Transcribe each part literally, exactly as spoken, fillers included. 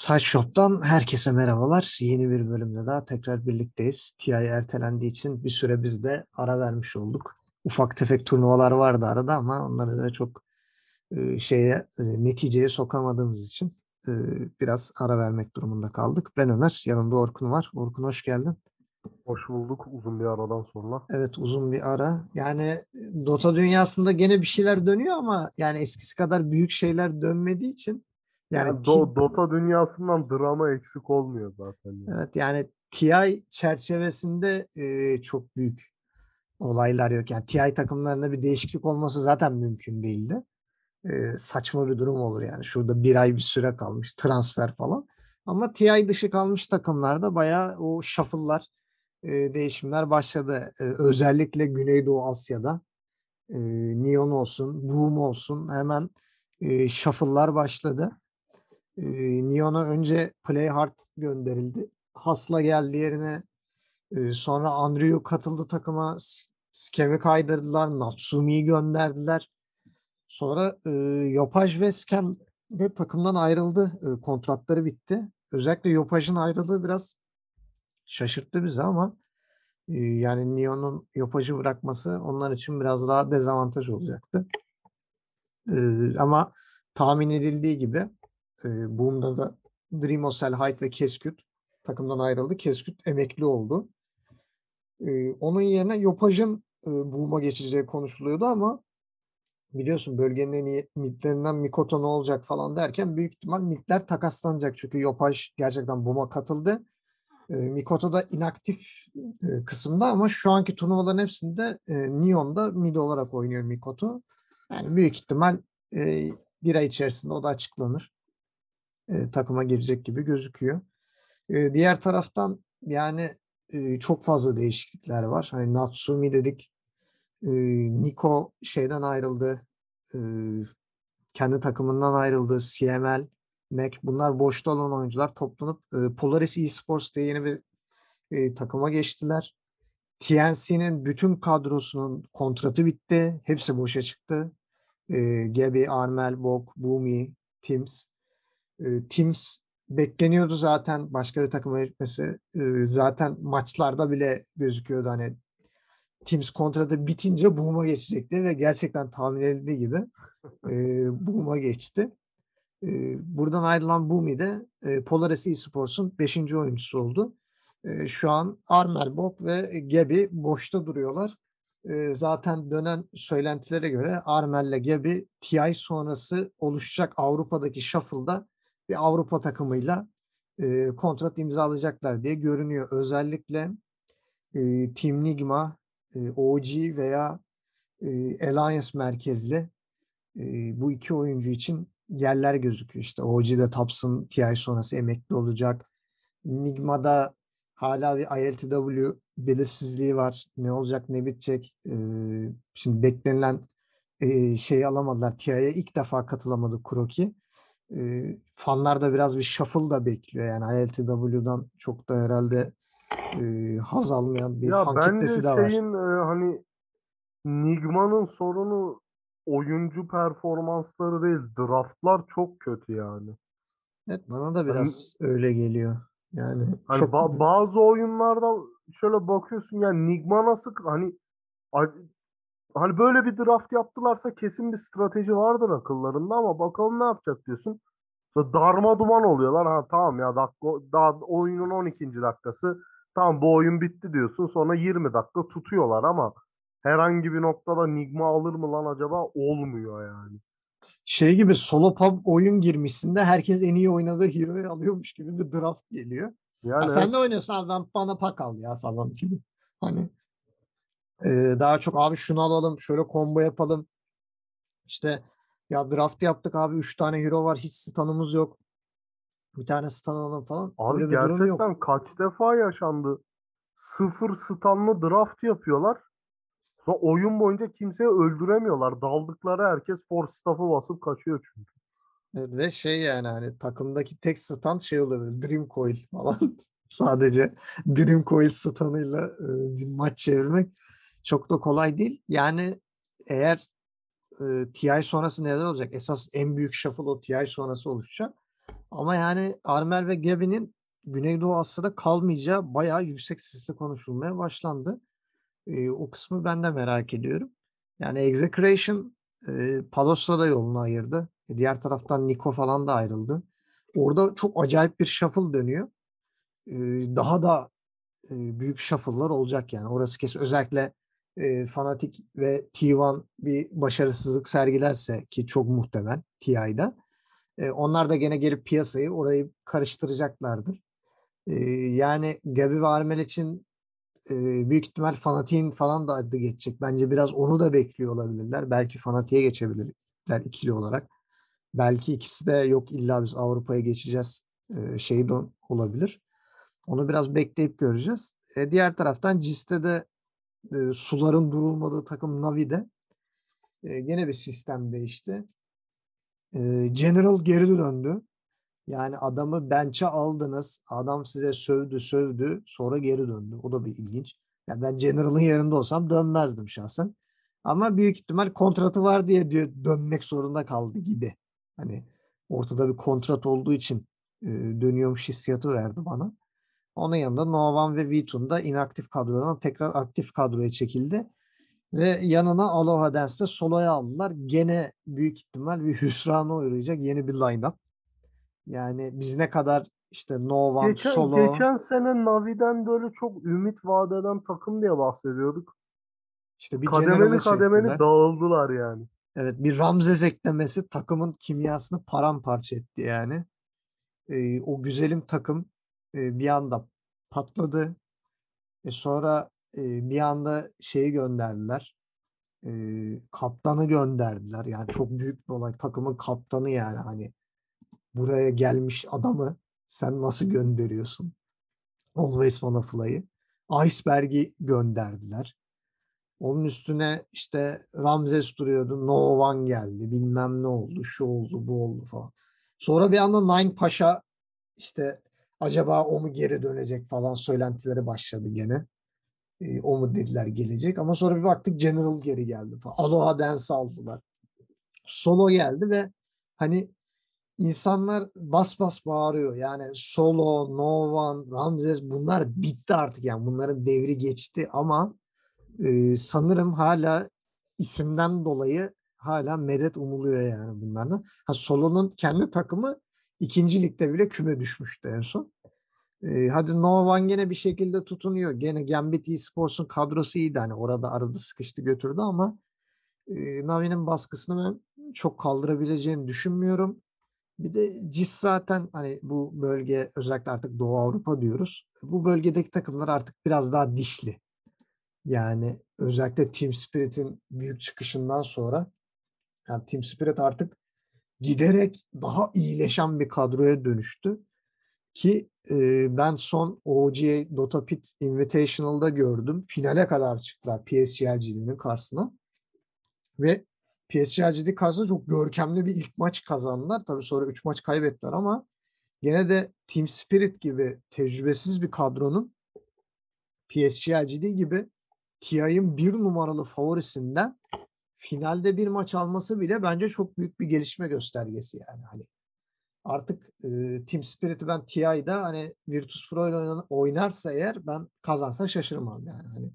Sideshop'tan herkese merhabalar. Yeni bir bölümde daha tekrar birlikteyiz. T I ertelendiği için bir süre biz de ara vermiş olduk. Ufak tefek turnuvalar vardı arada ama onları da çok e, şeye e, neticeye sokamadığımız için e, biraz ara vermek durumunda kaldık. Ben Ömer, yanımda Orkun var. Orkun hoş geldin. Hoş bulduk uzun bir aradan sonra. Evet, uzun bir ara. Yani Dota dünyasında gene bir şeyler dönüyor ama yani eskisi kadar büyük şeyler dönmediği için yani Yani T Do- Dota dünyasından drama eksik olmuyor zaten yani. Evet yani T I çerçevesinde e, çok büyük olaylar yok. Yani T I takımlarında bir değişiklik olması zaten mümkün değildi. E, saçma bir durum olur yani. Şurada bir ay bir süre kalmış transfer falan. Ama T I dışı kalmış takımlarda bayağı o shuffle'lar, e, değişimler başladı. E, özellikle Güneydoğu Asya'da. E, Neon olsun, Boom olsun hemen e, shuffle'lar başladı. E, Neon'a önce Play Hard gönderildi. Hasla geldi yerine. Ee, sonra Andrew katıldı takıma. S- Skem'i kaydırdılar. Natsumi'yi gönderdiler. Sonra e, Yopaj ve Skem de takımdan ayrıldı. E, kontratları bitti. Özellikle Yopaj'ın ayrılığı biraz şaşırttı bizi ama e, yani Neon'un Yopaj'ı bırakması onlar için biraz daha dezavantaj olacaktı. E, ama tahmin edildiği gibi e, Boom'da da Dreamosel, Hyde ve Kesküt takımdan ayrıldı. Kesküt emekli oldu. Ee, onun yerine Yopaj'ın e, Boom'a geçeceği konuşuluyordu ama biliyorsun bölgenin en iyi midlerinden Mikoto ne olacak falan derken büyük ihtimal midler takaslanacak. Çünkü Yopaj gerçekten Boom'a katıldı. E, Mikoto da inaktif e, kısımda ama şu anki turnuvaların hepsinde e, Neon'da mid olarak oynuyor Mikoto. Yani büyük ihtimal e, bir ay içerisinde o da açıklanır. E, takıma girecek gibi gözüküyor. E, diğer taraftan yani e, çok fazla değişiklikler var. Hani Natsumi dedik. E, Nico şeyden ayrıldı. E, kendi takımından ayrıldı. C M L, Mac bunlar boşta olan oyuncular toplanıp e, Polaris Esports diye yeni bir e, takıma geçtiler. T N C'nin bütün kadrosunun kontratı bitti. Hepsi boşa çıktı. E, Gabi, Armel, Bok, Bumi, Tims. E, Teams bekleniyordu zaten başka bir takıma gitmesi. E, zaten maçlarda bile gözüküyordu hani Teams kontratı bitince Boom'a geçecekti ve gerçekten tahmin edildiği gibi e, Boom'a geçti. E, buradan ayrılan Boomi de e, Polaris Esports'un beşinci oyuncusu oldu. E, şu an Armel Bok ve Gabi boşta duruyorlar. E, zaten dönen söylentilere göre Armel ile Gabi T I sonrası oluşacak Avrupa'daki Shuffle'da bir Avrupa takımıyla e, kontrat imzalayacaklar diye görünüyor. Özellikle e, Team Nigma, e, O G veya e, Alliance merkezli e, bu iki oyuncu için yerler gözüküyor. İşte O G'de Thompson T I sonrası emekli olacak. Nigma'da hala bir I L T W belirsizliği var. Ne olacak ne bitecek. E, şimdi beklenilen e, şeyi alamadılar. T I'ye ilk defa katılamadı Kuroki. E, fanlar da biraz bir shuffle da bekliyor. Yani I L T W'dan çok da herhalde e, haz almayan bir Ya fan kitlesi bence de var. şeyin e, hani Nigma'nın sorunu oyuncu performansları değil, draftlar çok kötü yani. Evet, bana da Hani, biraz öyle geliyor. Yani hani çok ba- bazı oyunlarda şöyle bakıyorsun yani Nigma nasıl hani a- hani böyle bir draft yaptılarsa kesin bir strateji vardır akıllarında ama bakalım ne yapacak diyorsun. Sonra darma duman oluyorlar. Ha tamam ya dakika, daha oyunun on ikinci dakikası. Tamam bu oyun bitti diyorsun. Sonra yirmi dakika tutuyorlar ama herhangi bir noktada Nigma alır mı lan acaba? Olmuyor yani. şey gibi solo pub oyun girmişsin de herkes en iyi oynadığı hero'yu alıyormuş gibi bir draft geliyor. Ha, Yani sen evet. ne oynuyorsun abi ben bana pak al ya falan gibi. Hani e, daha çok abi şunu alalım şöyle combo yapalım. İşte ya draft yaptık abi üç tane hero var hiç stun'ımız yok. Bir tane stun alalım falan. Abi Öyle bir durum yok. gerçekten kaç defa yaşandı. Sıfır stunlı draft yapıyorlar. Sonra oyun boyunca kimseyi öldüremiyorlar. Daldıkları herkes force staff'ı basıp kaçıyor çünkü. Evet, ve şey yani hani takımdaki tek stand şey oluyor böyle Dream Coil falan. Sadece Dream Coil standıyla e, bir maç çevirmek çok da kolay değil. Yani eğer e, T I sonrası neler olacak? Esas en büyük shuffle o T I sonrası oluşacak. Ama yani Armel ve Gaby'nin Güneydoğu Asya'da kalmayacağı bayağı yüksek sesle konuşulmaya başlandı. Eee, o kısmı ben de merak ediyorum. Yani Execration, eee, Palos'la da yolunu ayırdı. E, diğer taraftan Nico falan da ayrıldı. Orada çok acayip bir shuffle dönüyor. Eee, daha da, eee, büyük shuffle'lar olacak yani. Orası kesin. Özellikle, eee, Fnatic ve T bir bir başarısızlık sergilerse ki çok muhtemel T I'da. Eee, onlar da gene gelip piyasayı orayı karıştıracaklardır. Eee, yani Gaby ve Armel için Eee, büyük ihtimal Fanatik'in falan da adı geçecek. Bence biraz onu da bekliyor olabilirler. Belki Fanatik'e geçebilirler ikili olarak. Belki ikisi de yok illa biz Avrupa'ya geçeceğiz eee, şeyi de olabilir. Onu biraz bekleyip göreceğiz. E, diğer taraftan C I S'te de eee, suların durulmadığı takım Navi'de eee, gene bir sistem değişti. Eee, General geri döndü. Yani adamı bench'e aldınız. Adam size sövdü sövdü. Sonra geri döndü. O da bir ilginç. Ya ben General'ın yerinde olsam dönmezdim şahsen. Ama büyük ihtimal kontratı var diye diyor dönmek zorunda kaldı gibi. Hani ortada bir kontrat olduğu için e, dönüyormuş hissiyatı verdi bana. Onun yanında Novan ve Vitun da inaktif kadrodan tekrar aktif kadroya çekildi. Ve yanına Aloha Dance'de soloya aldılar. Gene büyük ihtimal bir hüsrana uğrayacak yeni bir line-up. Yani biz ne kadar işte No One, Geçen Solo, geçen sene Navi'den böyle çok ümit vaat eden takım diye bahsediyorduk. işte bir Kademeli General'ı kademeli çektiler. dağıldılar yani. Evet, bir Ramses eklemesi takımın kimyasını paramparça etti yani. Ee, o güzelim takım e, bir anda patladı. E sonra e, bir anda şeyi gönderdiler. E, kaptanı gönderdiler. Yani çok büyük bir olay. Takımın kaptanı yani hani buraya gelmiş adamı sen nasıl gönderiyorsun? Always Wanna Fly'ı. Iceberg'i gönderdiler. Onun üstüne işte Ramses duruyordu. No One geldi. Bilmem ne oldu. Şu oldu, bu oldu falan. Sonra bir anda Nine Paşa işte acaba o mu geri dönecek falan söylentileri başladı gene. E, o mu dediler gelecek. Ama sonra bir baktık General geri geldi falan. Aloha Dance aldılar. Solo geldi ve hani insanlar bas bas bağırıyor. Yani Solo, No One, Ramses bunlar bitti artık yani. Bunların devri geçti ama ee, sanırım hala isimden dolayı hala medet umuluyor yani bunlardan. Ha, Solo'nun kendi takımı ikinci ligde bile küme düşmüştü en son. Ee, hadi Novan gene bir şekilde tutunuyor. Gene Gambit eSports'un kadrosu iyiydi. Hani orada arada sıkıştı götürdü ama e, Navi'nin baskısını ben çok kaldırabileceğini düşünmüyorum. Bir de C I S zaten hani bu bölge özellikle artık Doğu Avrupa diyoruz. Bu bölgedeki takımlar artık biraz daha dişli. Yani özellikle Team Spirit'in büyük çıkışından sonra yani Team Spirit artık giderek daha iyileşen bir kadroya dönüştü. Ki e, ben son O G A Dota Pit Invitational'da gördüm. Finale kadar çıktılar P S G L G'nin karşısına. Ve P S G L G karşısında çok görkemli bir ilk maç kazandılar. Tabii sonra üç maç kaybettiler ama gene de Team Spirit gibi tecrübesiz bir kadronun P S G L G gibi T I'ın bir numaralı favorisinden finalde bir maç alması bile bence çok büyük bir gelişme göstergesi yani. Hani artık e, Team Spirit'i ben T I'da hani Virtus Pro ile oynarsa eğer ben kazansa şaşırmam yani. Hani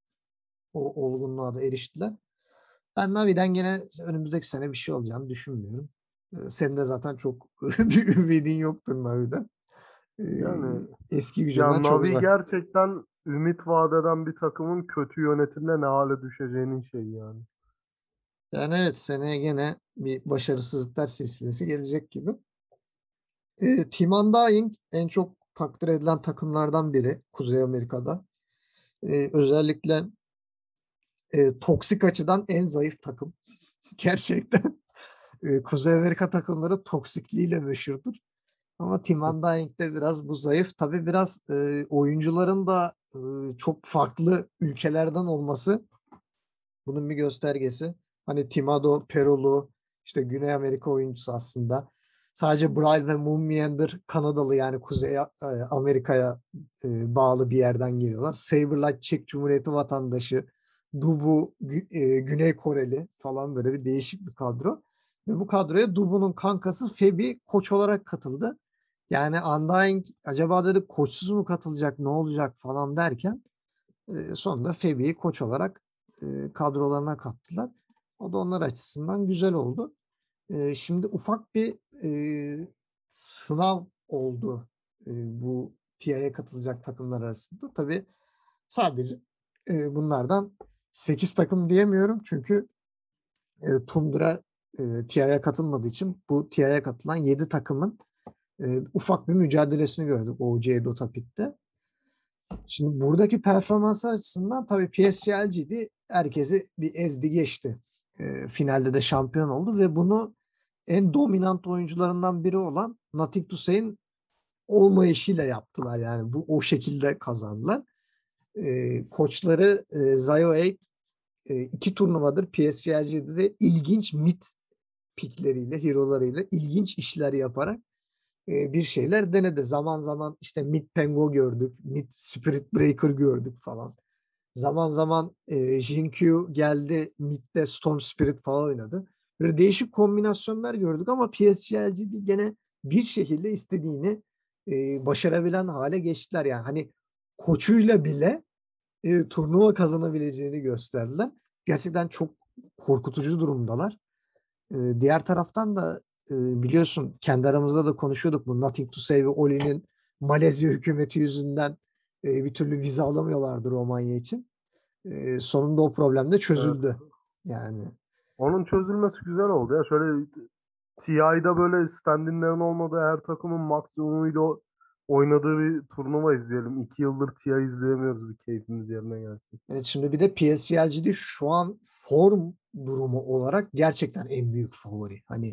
o olgunluğa da eriştiler. Ben Navi'den gene önümüzdeki sene bir şey olacağını düşünmüyorum. E, senin de zaten çok bir ümidin yoktur Navi'den. E, Yani eski gücünden ya çok Navi uzak. gerçekten ümit vaat eden bir takımın kötü yönetimle ne hale düşeceğinin şeyi yani. Yani evet seneye gene bir başarısızlıklar silsilesi gelecek gibi. E, Team Undying en çok takdir edilen takımlardan biri Kuzey Amerika'da. E, özellikle e, toksik açıdan en zayıf takım. Gerçekten e, Kuzey Amerika takımları toksikliğiyle meşhurdur. Ama Team Undying'de biraz bu zayıf. Tabii biraz e, oyuncuların da e, çok farklı ülkelerden olması bunun bir göstergesi. Hani Timado, Perolu, işte Güney Amerika oyuncusu aslında. Sadece Bryle ve Moon Meander Kanadalı yani Kuzey e, Amerika'ya e, bağlı bir yerden geliyorlar. Saberlight Çek Cumhuriyeti vatandaşı, Dubu e, Güney Koreli falan böyle bir değişik bir kadro. Ve bu kadroya Dubu'nun kankası Febi koç olarak katıldı. Yani Undying acaba dedik koçsuz mu katılacak, ne olacak falan derken eee, sonunda Febi'yi koç olarak eee, kadrolarına kattılar. O da onlar açısından güzel oldu. Eee, şimdi ufak bir eee, sınav oldu eee, bu T I'ye katılacak takımlar arasında. Tabii sadece eee, bunlardan sekiz takım diyemiyorum çünkü eee, Tundra eee, T I'ye katılmadığı için bu T I'ye katılan yedi takımın eee, ufak bir mücadelesini gördük O C Dota Pit'te. Şimdi buradaki performanslar açısından tabii P S G L G'di. Herkesi bir ezdi geçti. Eee, finalde de şampiyon oldu ve bunu en dominant oyuncularından biri olan Nothing to Say'in olmayışıyla yaptılar. Yani bu o şekilde kazandılar. Eee, koçları eee, Zio eight eee, iki turnuvadır P S G L G'de de ilginç mid pikleriyle, hero'larıyla ilginç işler yaparak eee, bir şeyler denedi. Zaman zaman işte Mid Pengo gördük, Mid Spirit Breaker gördük falan. Zaman zaman eee Jinkyu geldi, mid'de Storm Spirit falan oynadı. Böyle değişik kombinasyonlar gördük ama P S G L G gene bir şekilde istediğini eee, başarabilen hale geçtiler. Yani hani koçuyla bile eee, turnuva kazanabileceğini gösterdiler. Gerçekten çok korkutucu durumdalar. Eee, diğer taraftan da eee, biliyorsun kendi aramızda da konuşuyorduk bu Nothing to Say ve Oli'nin Malezya hükümeti yüzünden eee, bir türlü vize alamıyorlardı Romanya için. Eee, sonunda o problem de Evet. çözüldü. Yani Onun çözülmesi güzel oldu ya. Şöyle T I'da böyle stand-in'lerin olmadığı her takımın maksimumuyla o- oynadığı bir turnuva izleyelim. İki yıldır T I izleyemiyoruz, bir keyfimiz yerine gelsin. evet şimdi bir de P S G L G'de şu an form durumu olarak gerçekten en büyük favori. Hani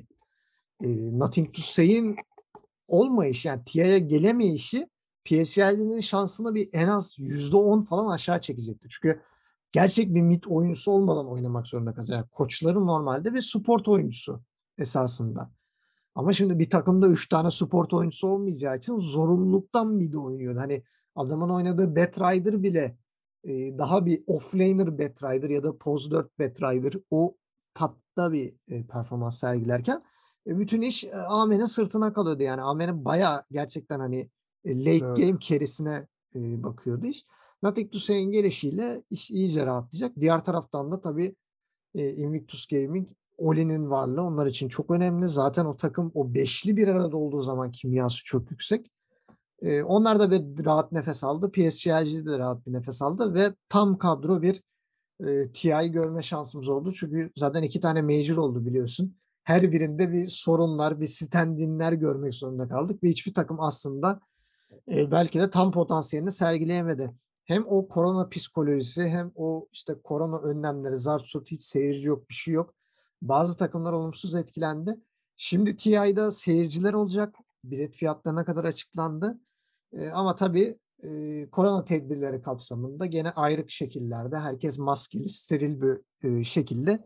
eee Nothing to Say'in olmayışı yani T I'ye gelemeyişi P S G L'nin şansını bir en az yüzde on falan aşağı çekecekti. Çünkü gerçek bir mid oyuncusu olmadan oynamak zorunda kalacak. Yani koçları normalde bir support oyuncusu esasında. Ama şimdi bir takımda üç tane support oyuncusu olmayacağı için zorunluluktan mid oynuyor. Hani adamın oynadığı Batrider bile e, daha bir offlaner Batrider ya da pose dört Batrider o tatta bir e, performans sergilerken e, bütün iş e, Amen'in sırtına kalıyordu. Yani Amen'in bayağı gerçekten hani e, late Evet. game carry'sine e, bakıyordu iş. Natik Hüseyin gelişiyle iş iyice rahatlayacak. Diğer taraftan da tabii e, Invictus Gaming Oli'nin varlığı onlar için çok önemli. Zaten o takım o beşli bir arada olduğu zaman kimyası çok yüksek. E, onlar da bir rahat nefes aldı. P S G L G de rahat bir nefes aldı ve tam kadro bir e, T I görme şansımız oldu. Çünkü zaten iki tane major oldu biliyorsun. Her birinde bir sorunlar, bir stand-in'ler görmek zorunda kaldık ve hiçbir takım aslında e, belki de tam potansiyelini sergileyemedi. Hem o korona psikolojisi hem o işte korona önlemleri, zart surt hiç seyirci yok, bir şey yok. Bazı takımlar olumsuz etkilendi. Şimdi T I'da seyirciler olacak. Bilet fiyatları ne kadar açıklandı. E, ama tabii e, korona tedbirleri kapsamında gene ayrı şekillerde herkes maskeli, steril bir e, şekilde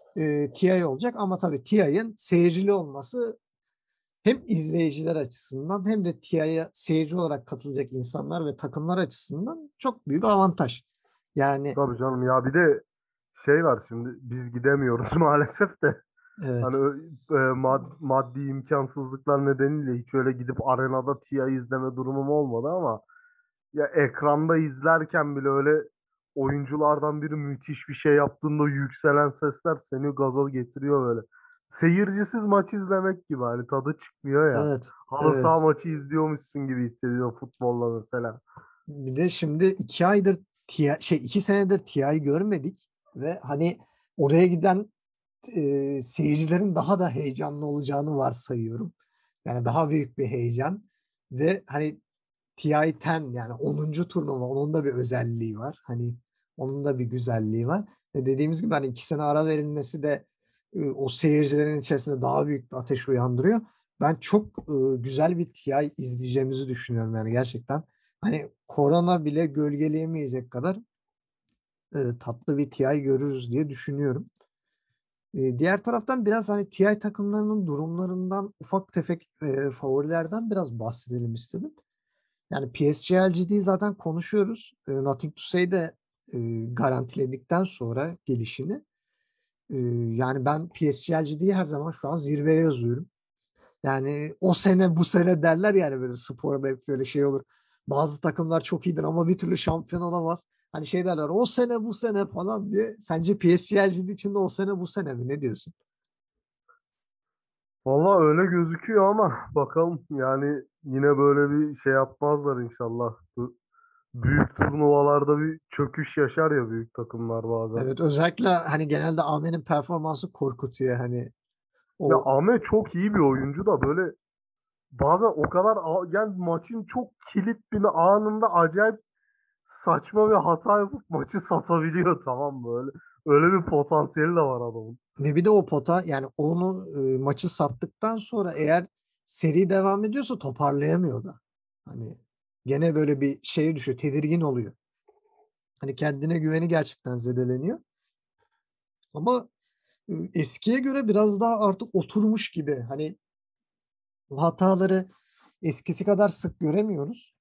e, T I olacak. Ama tabii T I'nin seyircili olması hem izleyiciler açısından hem de T I'ye seyirci olarak katılacak insanlar ve takımlar açısından çok büyük avantaj. Yani Tabii canım ya, bir de şey var, şimdi biz gidemiyoruz maalesef de. Hani evet, ö- e, mad- maddi imkansızlıklar nedeniyle hiç öyle gidip arenada T I izleme durumum olmadı ama ya ekranda izlerken bile öyle oyunculardan biri müthiş bir şey yaptığında yükselen sesler seni gaza getiriyor böyle. Seyircisiz maç izlemek gibi, hani tadı çıkmıyor ya. evet, Halı saha evet. maçı izliyormuşsun gibi hissediyor futbolla mesela. Bir de şimdi iki aydır T I, şey iki senedir T I görmedik ve hani oraya giden e, seyircilerin daha da heyecanlı olacağını varsayıyorum. Yani daha büyük bir heyecan ve hani T I on yani onuncu turnuva onun da bir özelliği var. Hani onun da bir güzelliği var. Ve dediğimiz gibi hani iki sene ara verilmesi de e, o seyircilerin içerisinde daha büyük bir ateş uyandırıyor. Ben çok e, güzel bir T I izleyeceğimizi düşünüyorum yani gerçekten. Hani korona bile gölgeleyemeyecek kadar e, tatlı bir T I görürüz diye düşünüyorum. E, diğer taraftan biraz hani T I takımlarının durumlarından ufak tefek e, favorilerden biraz bahsedelim istedim. Yani P S G L G D'yi zaten konuşuyoruz. E, Nothing to Say de e, garantiledikten sonra gelişini. E, yani ben P S G L G D'yi her zaman şu an zirveye yazıyorum. Yani o sene bu sene derler yani böyle sporda hep böyle şey olur. Bazı takımlar çok iyidir ama bir türlü şampiyon olamaz. Hani şey derler o sene bu sene falan diye. Sence P S G L G'nin içinde o sene bu sene mi? Ne diyorsun? Valla öyle gözüküyor ama bakalım yani yine böyle bir şey yapmazlar inşallah. Bu büyük turnuvalarda bir çöküş yaşar ya büyük takımlar bazen. Evet, özellikle hani genelde Ahmet'in performansı korkutuyor hani Ya o. Ahmet çok iyi bir oyuncu da böyle bazen o kadar a- yani maçın çok kilit bir anında acayip saçma bir hata yapıp maçı satabiliyor, tamam böyle. Öyle bir potansiyeli de var adamın. Ve bir de o pota yani onu e, maçı sattıktan sonra eğer seri devam ediyorsa toparlayamıyor da. Hani gene böyle bir şeye düşüyor, tedirgin oluyor. Hani kendine güveni gerçekten zedeleniyor. Ama e, eskiye göre biraz daha artık oturmuş gibi. Hani bu hataları eskisi kadar sık göremiyoruz.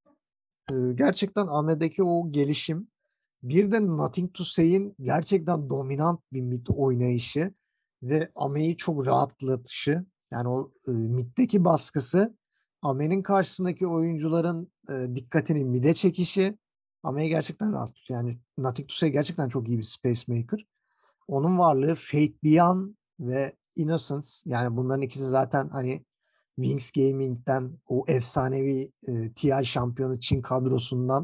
E, gerçekten Ahmet'teki o gelişim, bir de Nothing to Say'in gerçekten dominant bir mid oynayışı ve Ame'yi çok rahatlatışı. Yani o e, middeki baskısı Ame'nin karşısındaki oyuncuların e, dikkatini mid'e çekişi Ame'yi gerçekten rahat tutuyor. Yani Nothing to Say gerçekten çok iyi bir space maker. Onun varlığı Fate Beyond ve Innocence, yani bunların ikisi zaten hani Wings Gaming'den o efsanevi e, T I şampiyonu Çin kadrosundan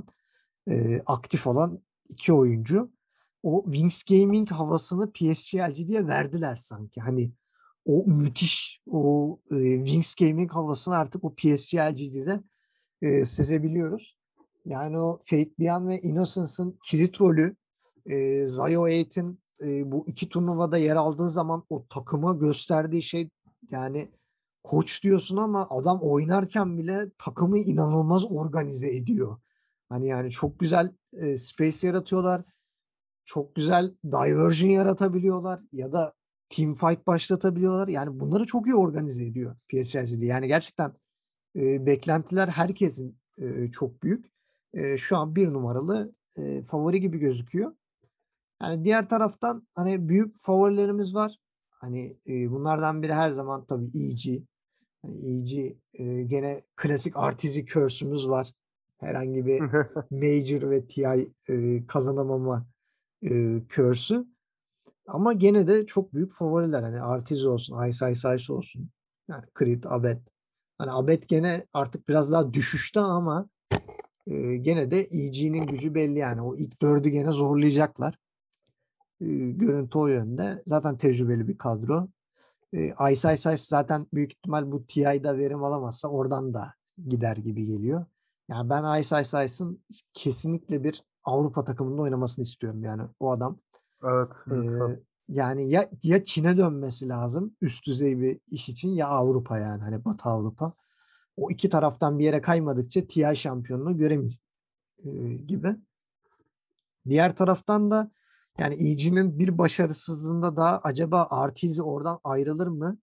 e, aktif olan iki oyuncu. O Wings Gaming havasını P S G L G diye verdiler sanki. Hani o müthiş o e, Wings Gaming havasını artık o P S G L G'de de e, sezebiliyoruz. Yani o Fate Beyond ve Innocence'ın kilit rolü, e, Zayo Eight'in e, bu iki turnuvada yer aldığı zaman o takıma gösterdiği şey, yani koç diyorsun ama adam oynarken bile takımı inanılmaz organize ediyor. Hani yani çok güzel e, space yaratıyorlar. Çok güzel diversion yaratabiliyorlar ya da team fight başlatabiliyorlar. Yani bunları çok iyi organize ediyor P S G. Yani gerçekten e, beklentiler herkesin e, çok büyük. E, şu an bir numaralı e, favori gibi gözüküyor. Yani diğer taraftan hani büyük favorilerimiz var. Hani e, bunlardan biri her zaman tabii E G. Hani E G e, gene klasik R T Z curse'ümüz var. Herhangi bir Major ve T I e, kazanamama e, curse'ü. Ama gene de çok büyük favoriler. Hani Artiz olsun, Ice Ice Ice olsun. Yani Creed, Abed. Hani Abed gene artık biraz daha düşüşte ama e, gene de E G'nin gücü belli yani. O ilk dördü gene zorlayacaklar. E, görüntü o yönde. Zaten tecrübeli bir kadro. E, Ice Ice Ice zaten büyük ihtimal bu T I'da verim alamazsa oradan da gider gibi geliyor. Yani ben Ice Ice Ice'ın kesinlikle bir Avrupa takımında oynamasını istiyorum. Yani o adam Evet, e, lütfen. yani ya ya Çin'e dönmesi lazım üst düzey bir iş için, ya Avrupa, yani hani Batı Avrupa. O iki taraftan bir yere kaymadıkça T I şampiyonluğu göremeyiz e, gibi. Diğer taraftan da yani E G'nin bir başarısızlığında daha acaba R T Z oradan ayrılır mı?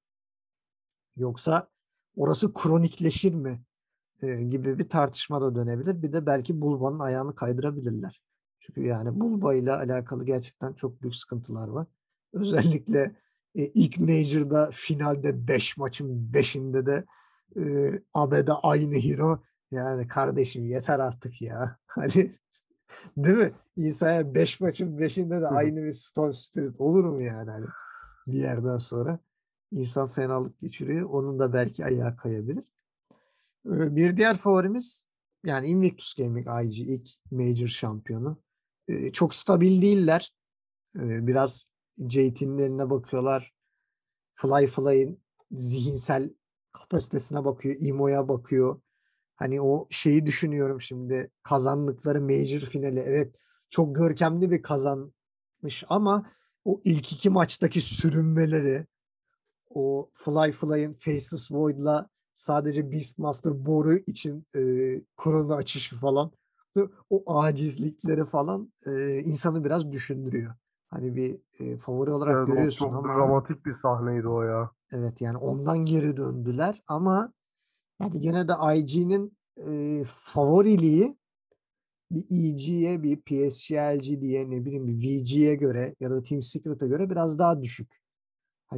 Yoksa orası kronikleşir mi? E, gibi bir tartışma da dönebilir. Bir de belki Bulba'nın ayağını kaydırabilirler. Çünkü yani Bulba ile alakalı gerçekten çok büyük sıkıntılar var. Özellikle e, ilk Major'da finalde beş maçın beşinde de e, Abede aynı hero. Yani kardeşim yeter artık ya. Hani değil mi? İsa'ya beş maçın beşinde de aynı bir Stone Spirit olur mu yani? Hani bir yerden sonra insan fenalık geçiriyor. Onun da belki ayağı kayabilir. Ee, Bir diğer favorimiz yani Invictus Gaming, I G ilk Major şampiyonu. Ee, Çok stabil değiller. Ee, Biraz J T'nin eline bakıyorlar. Fly Fly'in zihinsel kapasitesine bakıyor. Imo'ya bakıyor. Hani o şeyi düşünüyorum şimdi. Kazandıkları Major finali. Evet, çok görkemli bir kazanmış ama o ilk iki maçtaki sürünmeleri, o Fly Fly'in Faceless Void'la sadece Beastmaster boru için e, kurulu açışı falan, o acizlikleri falan e, insanı biraz düşündürüyor. Hani bir e, favori olarak Evet, o görüyorsun çok ama dramatik bir sahneydi o ya. evet yani ondan geri döndüler ama yani gene de I G'nin e, favoriliği bir E G'ye, bir P S G L G diye, ne bileyim bir V G'ye göre ya da Team Secret'a göre biraz daha düşük. Hani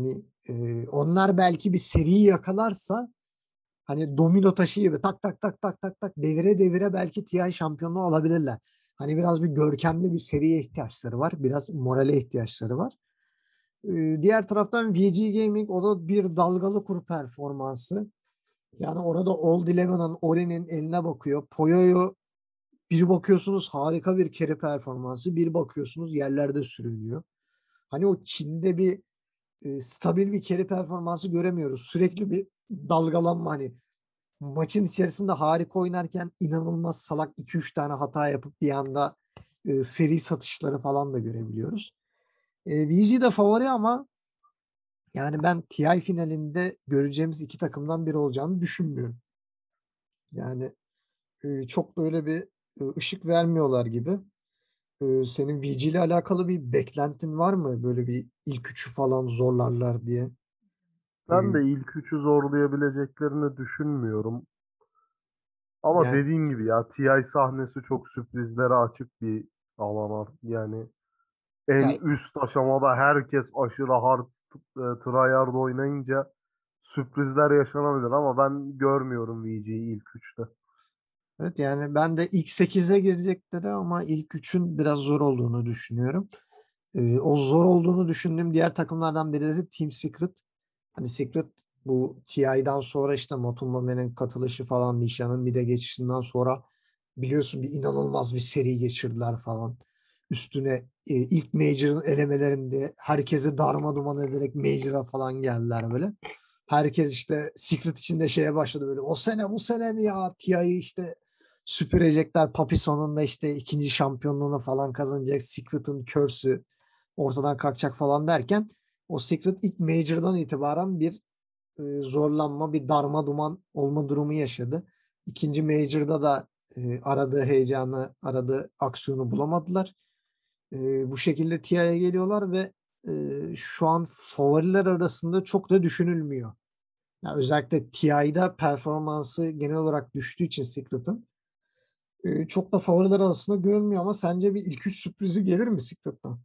Ee, onlar belki bir seriyi yakalarsa hani domino taşı gibi tak tak tak tak tak tak devire devire belki T I şampiyonluğu alabilirler. Hani biraz bir görkemli bir seriye ihtiyaçları var. Biraz morale ihtiyaçları var. Ee, diğer taraftan V G Gaming, o da bir dalgalı kur performansı. Yani orada Old Eleven'ın, Ori'nin eline bakıyor. Poyo'yu bir bakıyorsunuz harika bir carry performansı. Bir bakıyorsunuz yerlerde sürünüyor. Hani o Çin'de bir e, stabil bir carry performansı göremiyoruz. Sürekli bir dalgalanma, hani maçın içerisinde harika oynarken inanılmaz salak iki üç tane hata yapıp bir anda e, seri satışları falan da görebiliyoruz. E, V G de favori ama yani ben T I finalinde göreceğimiz iki takımdan biri olacağını düşünmüyorum. Yani e, çok da öyle bir e, ışık vermiyorlar gibi. E, senin V G ile alakalı bir beklentin var mı? Böyle bir ilk üçü falan zorlarlar diye. E, Ben de ilk üçü zorlayabileceklerini düşünmüyorum. Ama yani dediğim gibi ya T I sahnesi çok sürprizlere açık bir alan. art- Yani en ya, üst aşamada herkes aşırı hard e, tryhard oynayınca sürprizler yaşanabilir ama ben görmüyorum V G'yi ilk üçte. evet, yani ben de ilk sekize girecekleri ama ilk üçün biraz zor olduğunu düşünüyorum. Ee, o zor olduğunu düşündüğüm diğer takımlardan biri de Team Secret. Hani Secret bu T I'den sonra işte Motumbame'nin katılışı falan, Nisha'nın bir de geçişinden sonra biliyorsun bir inanılmaz bir seri geçirdiler falan. Üstüne e, ilk Major'ın elemelerinde herkesi darmadağın ederek Major'a falan geldiler böyle. Herkes işte Secret içinde şeye başladı böyle. O sene bu sene mi ya? T I'yi işte süpürecekler. Papi sonunda işte ikinci şampiyonluğunu falan kazanacak. Secret'ın curse'ü ortadan kalkacak falan derken o Secret ilk Major'dan itibaren bir e, zorlanma, bir darma duman olma durumu yaşadı. İkinci Major'da da e, aradığı heyecanı, aradığı aksiyonu bulamadılar. E, bu şekilde T I'ye geliyorlar ve e, şu an favoriler arasında çok da düşünülmüyor. Yani özellikle T I'da performansı genel olarak düştüğü için Secret'ın e, çok da favoriler arasında görünmüyor ama sence bir ilk üç sürprizi gelir mi Secret'tan?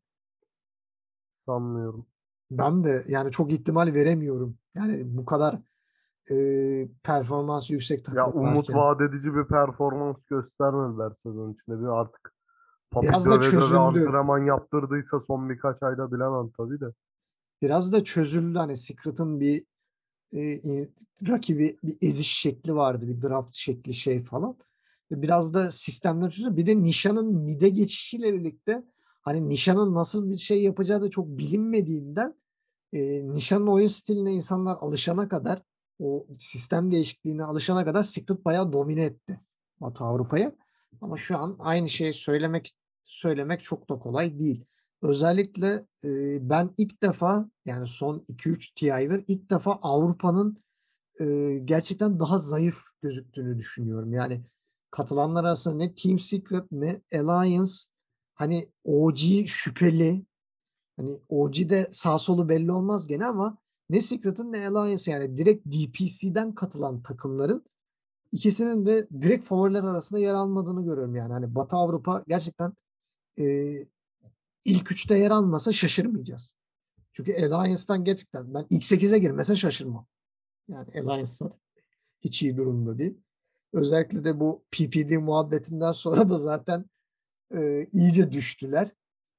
Sanmıyorum. Ben de yani çok ihtimal veremiyorum. Yani bu kadar e, performansı yüksek Ya takım umut varken. vaat edici bir performans göstermediler sezon içinde. Bir artık Papi Biraz da döve döve çözüldü. antrenman yaptırdıysa son birkaç ayda bilemem tabii de. Biraz da çözüldü. Hani Secret'ın bir e, e, rakibi, bir eziş şekli vardı. Bir draft şekli şey falan. Biraz da sistemler çözüldü. Bir de Nisha'nın mide geçişiyle birlikte hani Nisha'nın nasıl bir şey yapacağı da çok bilinmediğinden e, Nisha'nın oyun stiline insanlar alışana kadar, o sistem değişikliğine alışana kadar Secret bayağı domine etti Batı Avrupa'yı. Ama şu an aynı şeyi söylemek söylemek çok da kolay değil. Özellikle e, ben ilk defa yani son iki üç T I'dir ilk defa Avrupa'nın e, gerçekten daha zayıf gözüktüğünü düşünüyorum. Yani katılanlar arasında ne Team Secret ne Alliance, hani O G şüpheli. Hani O G'de sağ solu belli olmaz gene ama ne Secret'ın ne Alliance, yani direkt D P C'den katılan takımların ikisinin de direkt favoriler arasında yer almadığını görüyorum yani. Hani Batı Avrupa gerçekten e, ilk üçte yer almasa şaşırmayacağız. Çünkü Alliance'dan gerçekten ben ilk sekize girmese şaşırmam. Yani Alliance'dan hiç iyi durumda değil. Özellikle de bu P P D muhabbetinden sonra da zaten e, iyice düştüler.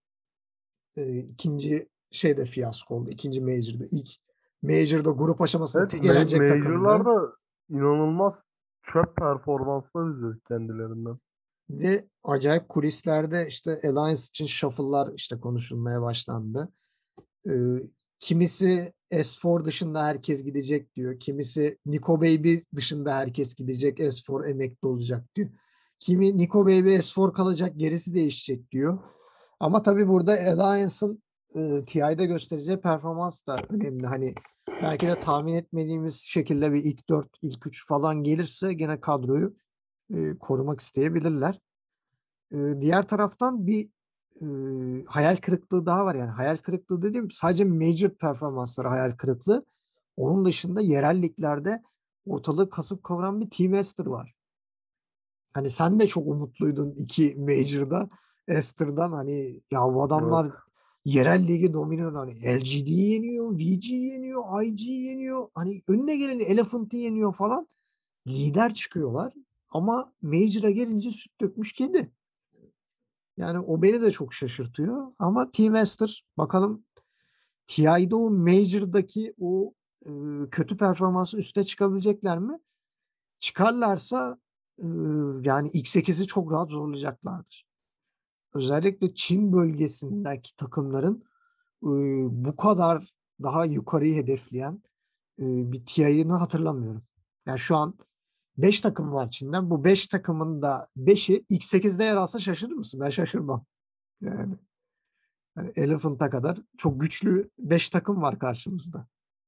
E, ikinci şeyde fiyasko oldu. İkinci Major'da. İlk Major'da grup aşamasında Evet, tek ma- elenecek takımdı. Major'larda inanılmaz çöp performanslar izledik kendilerinden. Ve acayip kulislerde işte Alliance için shuffle'lar işte konuşulmaya başlandı. Ee, kimisi S dört dışında herkes gidecek diyor. Kimisi Nico Baby dışında herkes gidecek. S dört emekli olacak diyor. Kimi Nico Baby S dört kalacak, gerisi değişecek diyor. Ama tabii burada Alliance'ın e, T I'de göstereceği performans da önemli. Hani belki de tahmin etmediğimiz şekilde bir ilk dört, ilk üç falan gelirse gene kadroyu e, korumak isteyebilirler. E, diğer taraftan bir e, hayal kırıklığı daha var. Yani hayal kırıklığı dediğim sadece major performansları hayal kırıklığı. Onun dışında yerel liglerde ortalığı kasıp kavuran bir Team Ester var. Hani sen de çok umutluydun iki major'da Ester'dan, hani ya bu Evet. adamlar yerel ligi domine eden hani L G D'yi yeniyor, V G'yi yeniyor, I G'yi yeniyor. Hani önüne geleni Elephant'ı yeniyor falan. Lider çıkıyorlar. Ama Major'a gelince süt dökmüş kedi. Yani o beni de çok şaşırtıyor. Ama T-Master bakalım T I'de o Major'daki o e, kötü performansı üste çıkabilecekler mi? Çıkarlarsa e, yani ilk sekizi çok rahat zorlayacaklardır. Özellikle Çin bölgesindeki takımların e, bu kadar daha yukarıyı hedefleyen e, bir T I'ını hatırlamıyorum. Yani şu an beş takım var Çin'den. Bu beş takımın da beşi ilk sekizde yer alsa şaşırır mısın? Ben şaşırmam. Yani, yani Elephant'a kadar çok güçlü beş takım var karşımızda.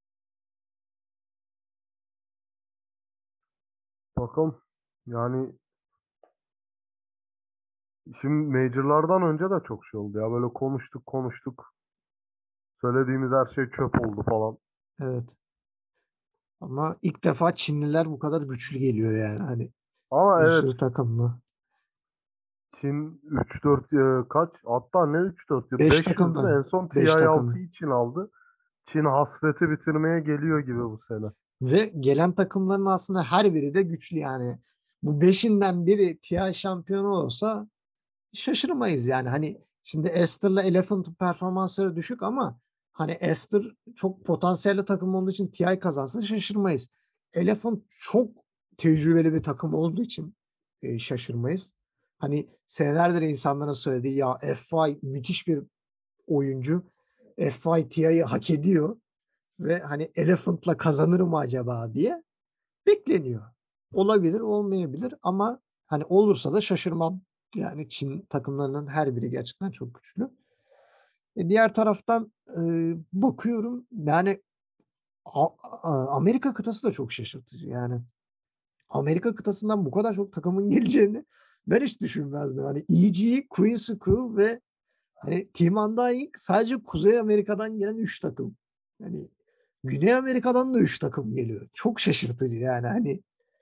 Bakalım. Yani şimdi Major'lardan önce de çok şey oldu ya. Böyle konuştuk konuştuk. Söylediğimiz her şey çöp oldu falan. Evet. Ama ilk defa Çinliler bu kadar güçlü geliyor yani. Hani Ama bir evet, sürü takımlı. Çin üç dört e, kaç? Hatta ne üç dört ya? Beş beş takım yıldır var. en son T I Beş takım. altıyı Çin aldı. Çin hasreti bitirmeye geliyor gibi bu sene. Ve gelen takımların aslında her biri de güçlü yani. Bu beşinden biri T I şampiyonu olsa şaşırmayız yani. Hani şimdi Esther'la Elephant'ın performansları düşük ama hani Esther çok potansiyelli takım olduğu için T I kazansa şaşırmayız. Elephant çok tecrübeli bir takım olduğu için e, şaşırmayız. Hani senelerdir insanlara söylediği ya F Y müthiş bir oyuncu. F Y T I'yi hak ediyor ve hani Elephant'la kazanır mı acaba diye bekleniyor. Olabilir, olmayabilir ama hani olursa da şaşırmam. Yani Çin takımlarının her biri gerçekten çok güçlü. E diğer taraftan e, bakıyorum yani A- A- Amerika kıtası da çok şaşırtıcı. Yani Amerika kıtasından bu kadar çok takımın geleceğini ben hiç düşünmezdim. Hani E G, Queen's Crew ve hani Team Undying sadece Kuzey Amerika'dan gelen üç takım. Yani Güney Amerika'dan da üç takım geliyor. Çok şaşırtıcı yani hani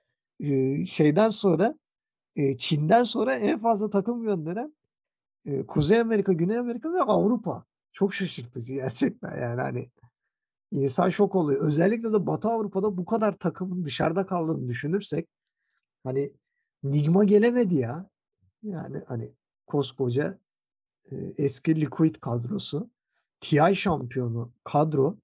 e, şeyden sonra e, Çin'den sonra en fazla takım gönderen e, Kuzey Amerika, Güney Amerika ve Avrupa. Çok şaşırtıcı gerçekten yani hani insan şok oluyor. Özellikle de Batı Avrupa'da bu kadar takımın dışarıda kaldığını düşünürsek hani Nigma gelemedi ya. Yani hani koskoca e, eski Liquid kadrosu, T I şampiyonu kadro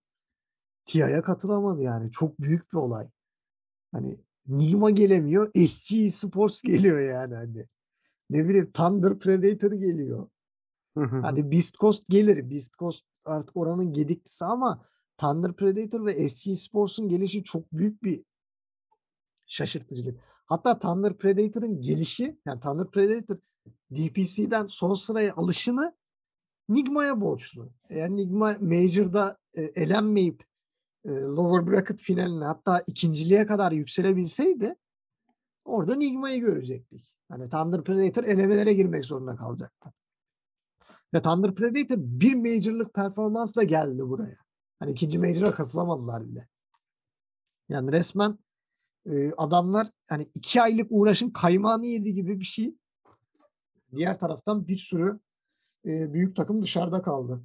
T I'ye katılamadı yani. Çok büyük bir olay. Hani Nigma gelemiyor, S G Sports geliyor yani hani. Ne bileyim Thunder Predator geliyor. Hadi Beast Coast gelir. Beast Coast artık oranın gediklisi ama Thunder Predator ve S G Sports'un gelişi çok büyük bir şaşırtıcılık. Hatta Thunder Predator'ın gelişi, yani Thunder Predator D P C'den son sıraya alışını Nigma'ya borçlu. Eğer Nigma Major'da e, elenmeyip e, lower bracket finaline hatta ikinciliğe kadar yükselebilseydi orada Nigma'yı görecektik. Hani Thunder Predator elemelere girmek zorunda kalacaktı. Ve Thunder Predator bir Major'lık performansla geldi buraya. Hani ikinci Major'a katılamadılar bile. Yani resmen e, adamlar hani iki aylık uğraşın kaymağını yedi gibi bir şey. Diğer taraftan bir sürü e, büyük takım dışarıda kaldı.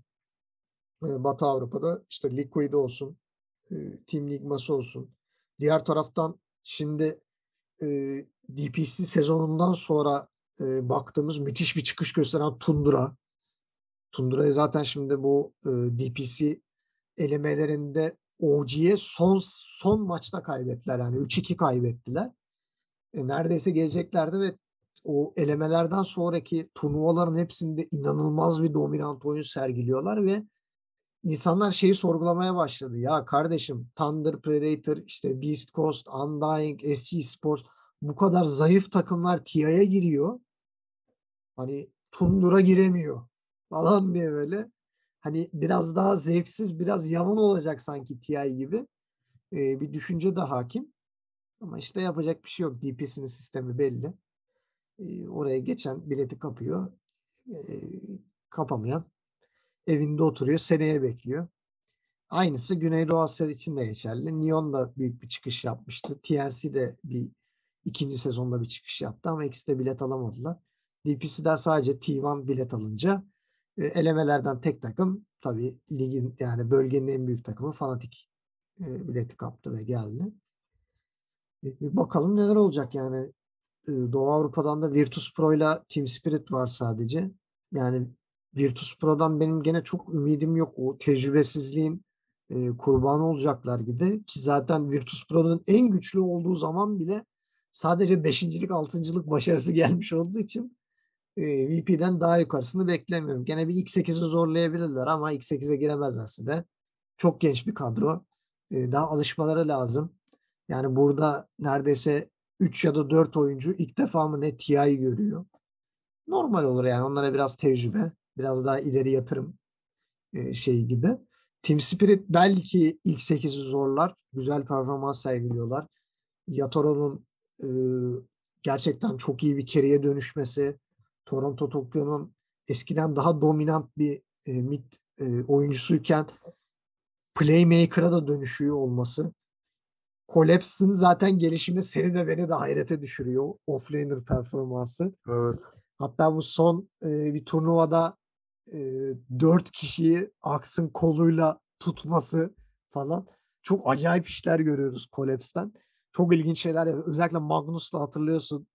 E, Batı Avrupa'da işte Liquid olsun, e, Team Nigması olsun. Diğer taraftan şimdi e, D P C sezonundan sonra e, baktığımız müthiş bir çıkış gösteren Tundra. Tundra'yı zaten şimdi bu e, D P C elemelerinde O G'ye son son maçta kaybettiler. Yani üç iki kaybettiler. E, neredeyse geleceklerdi ve o elemelerden sonraki turnuvaların hepsinde inanılmaz bir dominant oyun sergiliyorlar ve insanlar şeyi sorgulamaya başladı. Ya kardeşim Thunder Predator, işte Beast Coast, Undying, S G Sports bu kadar zayıf takımlar T I'ye giriyor. Hani Tundura giremiyor falan diye böyle. Hani biraz daha zevksiz, biraz yaman olacak sanki T I gibi e, bir düşünce de hakim. Ama işte yapacak bir şey yok. D P C'nin sistemi belli. E, oraya geçen bileti kapıyor. E, kapamayan evinde oturuyor. Seneye bekliyor. Aynısı Güneydoğu Asya için de geçerli. Neon da büyük bir çıkış yapmıştı. T N C de bir ikinci sezonda bir çıkış yaptı ama ikisi de bilet alamadılar. D P C'den sadece T bir bilet alınca E, elemelerden tek takım tabii ligin yani bölgenin en büyük takımı Fnatic e, bileti kaptı ve geldi. E, bir bakalım neler olacak yani. E, Doğu Avrupa'dan da Virtus Pro ile Team Spirit var sadece. Yani Virtus Pro'dan benim gene çok ümidim yok. O tecrübesizliğin e, kurbanı olacaklar gibi. Ki zaten Virtus Pro'nun en güçlü olduğu zaman bile sadece beşincilik, altıncılık başarısı gelmiş olduğu için e, V P'den daha yukarısını beklemiyorum. Gene bir ilk sekizi zorlayabilirler ama ilk sekize giremezlerse de çok genç bir kadro. E, daha alışmaları lazım. Yani burada neredeyse üç ya da dört oyuncu ilk defa mı ne T I görüyor. Normal olur yani. Onlara biraz tecrübe, biraz daha ileri yatırım e, şeyi gibi. Team Spirit belki ilk sekizi zorlar. Güzel performans sergiliyorlar. Yatoro'nun e, gerçekten çok iyi bir carry'e dönüşmesi, Toronto Tokyo'nun eskiden daha dominant bir e, mid e, oyuncusuyken playmaker'a da dönüşüyor olması. Collapse'ın zaten gelişimi seni de beni de hayrete düşürüyor. Offlaner performansı. Evet. Hatta bu son e, bir turnuvada e, dört kişiyi Aks'ın koluyla tutması falan. Çok acayip işler görüyoruz Collapse'den. Çok ilginç şeyler yapıyor. Özellikle Magnus'la hatırlıyorsun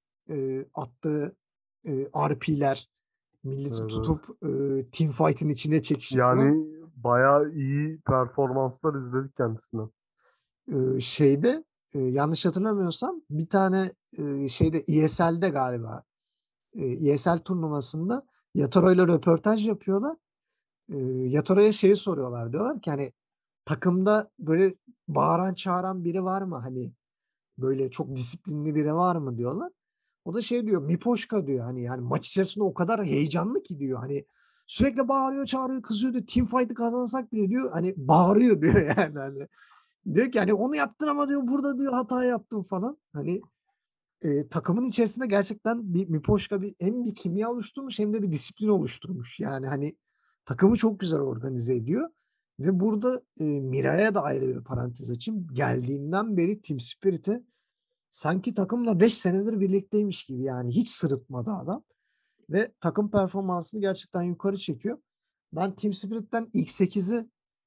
e, attığı e, R P'ler, milleti Evet, evet. tutup e, teamfight'in içine çekişi falan. Yani bayağı iyi performanslar izledik kendisinden. E, şeyde e, yanlış hatırlamıyorsam bir tane e, şeyde E S L'de galiba e, E S L turnuvasında Yatoro ile röportaj yapıyorlar. E, Yatoro'ya şeyi soruyorlar. Diyorlar ki hani takımda böyle bağıran çağıran biri var mı? Hani böyle çok disiplinli biri var mı diyorlar. O da şey diyor, Mipoşka diyor hani yani maç içerisinde o kadar heyecanlı ki diyor hani sürekli bağırıyor, çağırıyor, kızıyor diyor. Team fight'ı kazansak bile diyor hani bağırıyor diyor yani hani. Diyor ki hani onu yaptın ama diyor burada diyor hata yaptın falan. Hani e, takımın içerisinde gerçekten bir Mipoşka bir hem bir kimya oluşturmuş hem de bir disiplin oluşturmuş. Yani hani takımı çok güzel organize ediyor. Ve burada e, Miray'a da ayrı bir parantez açayım. Geldiğinden beri Team Spirit'e sanki takımla beş senedir birlikteymiş gibi yani hiç sırıtmadı adam. Ve takım performansını gerçekten yukarı çekiyor. Ben Team Spirit'ten ilk sekizi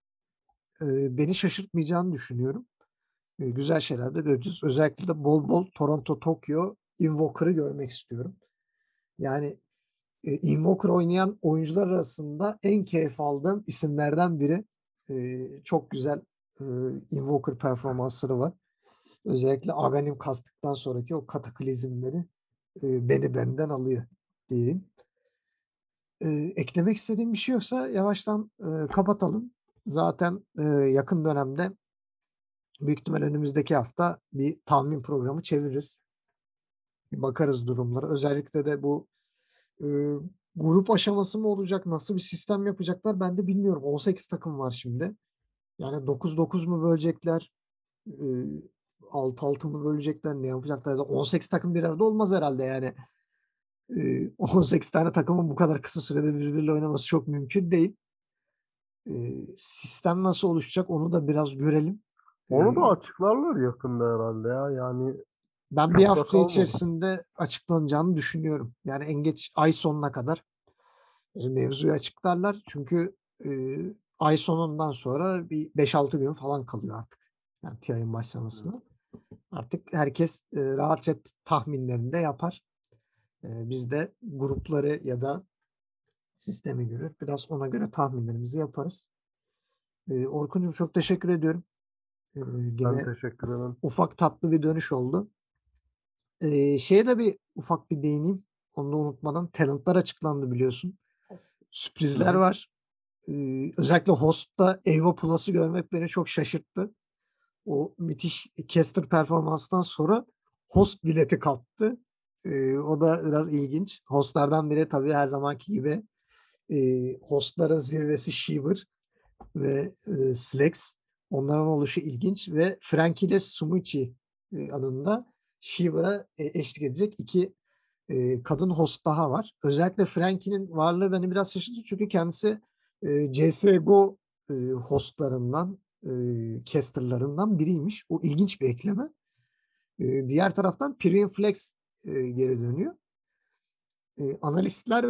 e, beni şaşırtmayacağını düşünüyorum. E, güzel şeyler de göreceğiz. Özellikle de bol bol Toronto, Tokyo Invoker'ı görmek istiyorum. Yani e, Invoker oynayan oyuncular arasında en keyif aldığım isimlerden biri. E, çok güzel e, Invoker performansları var. Özellikle Aghanim kastıktan sonraki o kataklizmleri e, beni benden alıyor diyeyim. E, eklemek istediğim bir şey yoksa yavaştan e, kapatalım. Zaten e, yakın dönemde büyük ihtimal önümüzdeki hafta bir tahmin programı çeviririz. Bir bakarız durumlara. Özellikle de bu e, grup aşaması mı olacak? Nasıl bir sistem yapacaklar? Ben de bilmiyorum. on sekiz takım var şimdi. Yani dokuz dokuz mu bölecekler? E, altı altı mı bölecekler? Ne yapacaklar? Ya da on sekiz takım bir arada olmaz herhalde yani. E, on sekiz tane takımın bu kadar kısa sürede birbiriyle oynaması çok mümkün değil. E, sistem nasıl oluşacak onu da biraz görelim. E, Onu da açıklarlar yakında herhalde ya. Yani ben bir çok da hafta kalmadı. içerisinde açıklanacağını düşünüyorum. Yani en geç ay sonuna kadar e, mevzuyu açıklarlar. Çünkü e, ay sonundan sonra bir beş altı gün falan kalıyor artık. Yani T I'nin başlamasına. Artık herkes e, rahatça tahminlerini de yapar. E, biz de grupları ya da sistemi görür. Biraz ona göre tahminlerimizi yaparız. E, Orkun'cum çok teşekkür ediyorum. E, Ben gene teşekkür ederim. ufak tatlı bir dönüş oldu. E, şeye de bir ufak bir değineyim. Onu da unutmadan. Talentlar açıklandı biliyorsun. Hı Sürprizler hı. var. Ee, özellikle Host'ta Evo Plus'ı görmek beni çok şaşırttı. O müthiş caster performanstan sonra Host bileti kaptı. Ee, o da biraz ilginç. Hostlardan biri tabii her zamanki gibi e, hostların zirvesi Shiver ve e, Slex. Onların oluşu ilginç ve Frankie ile Sumuchi e, adında Shiver'a e, eşlik edecek iki e, kadın host daha var. Özellikle Frankie'nin varlığı beni biraz şaşırttı çünkü kendisi e, C S G O e, hostlarından, e, casterlarından biriymiş. O ilginç bir ekleme. E, diğer taraftan Pyrian Flex e, geri dönüyor. E, analistler ve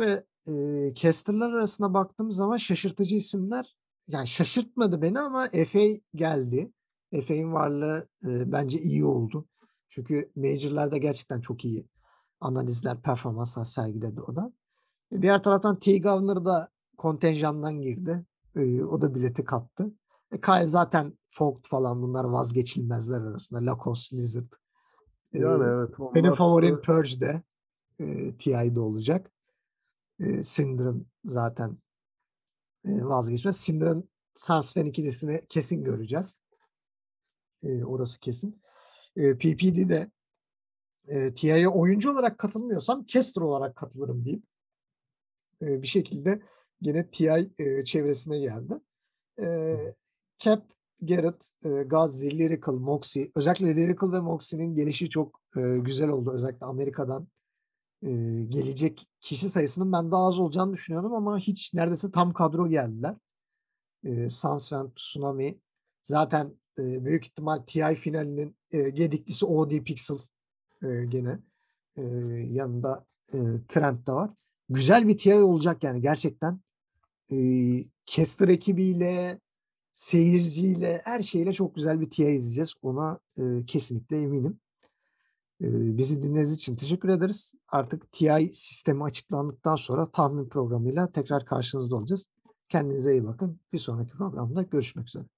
eee, caster'lar arasında baktığım zaman şaşırtıcı isimler, yani şaşırtmadı beni ama F A geldi. F A'nin varlığı, eee, bence iyi oldu. Çünkü Major'larda gerçekten çok iyi analizler, performanslar sergiledi o da. E, diğer taraftan T-Governor da kontenjandan girdi. Eee, o da bileti kaptı. E, Kyle zaten Vogt falan bunlar vazgeçilmezler arasında. Lacoste, Lizard. Yani Eee, evet benim onlar favorim ö Purge de, eee, T I'de olacak. Eee, Synderen zaten, eee, vazgeçmez. Synderen, Sunsfan ikilisini kesin göreceğiz. Eee, orası kesin. Eee, P P D'de, eee, T I'ye oyuncu olarak katılmıyorsam caster olarak katılırım diyeyim. Eee, bir şekilde gene T I, eee, çevresine geldi. Hı hı. Eee, Cap, Garrett, eee, Gazzi, Lyrical, Moxie özellikle Lyrical ve Moxie'nin gelişi çok, eee, güzel oldu. Özellikle Amerika'dan, eee, gelecek kişi sayısının ben daha az olacağını düşünüyordum ama hiç neredeyse tam kadro geldiler. Eee, Sunsfan, Tsunami zaten, eee, büyük ihtimal T I finalinin, eee, gediklisi O D Pixel, eee, gene. Eee, yanında, eee, Trent de var. Güzel bir T I olacak yani gerçekten. Eee, caster ekibiyle, seyirciyle, her şeyle çok güzel bir T I izleyeceğiz. Ona, eee, kesinlikle eminim. Eee, bizi dinlediğiniz için teşekkür ederiz. Artık T I sistemi açıklandıktan sonra tahmin programıyla tekrar karşınızda olacağız. Kendinize iyi bakın. Bir sonraki programda görüşmek üzere.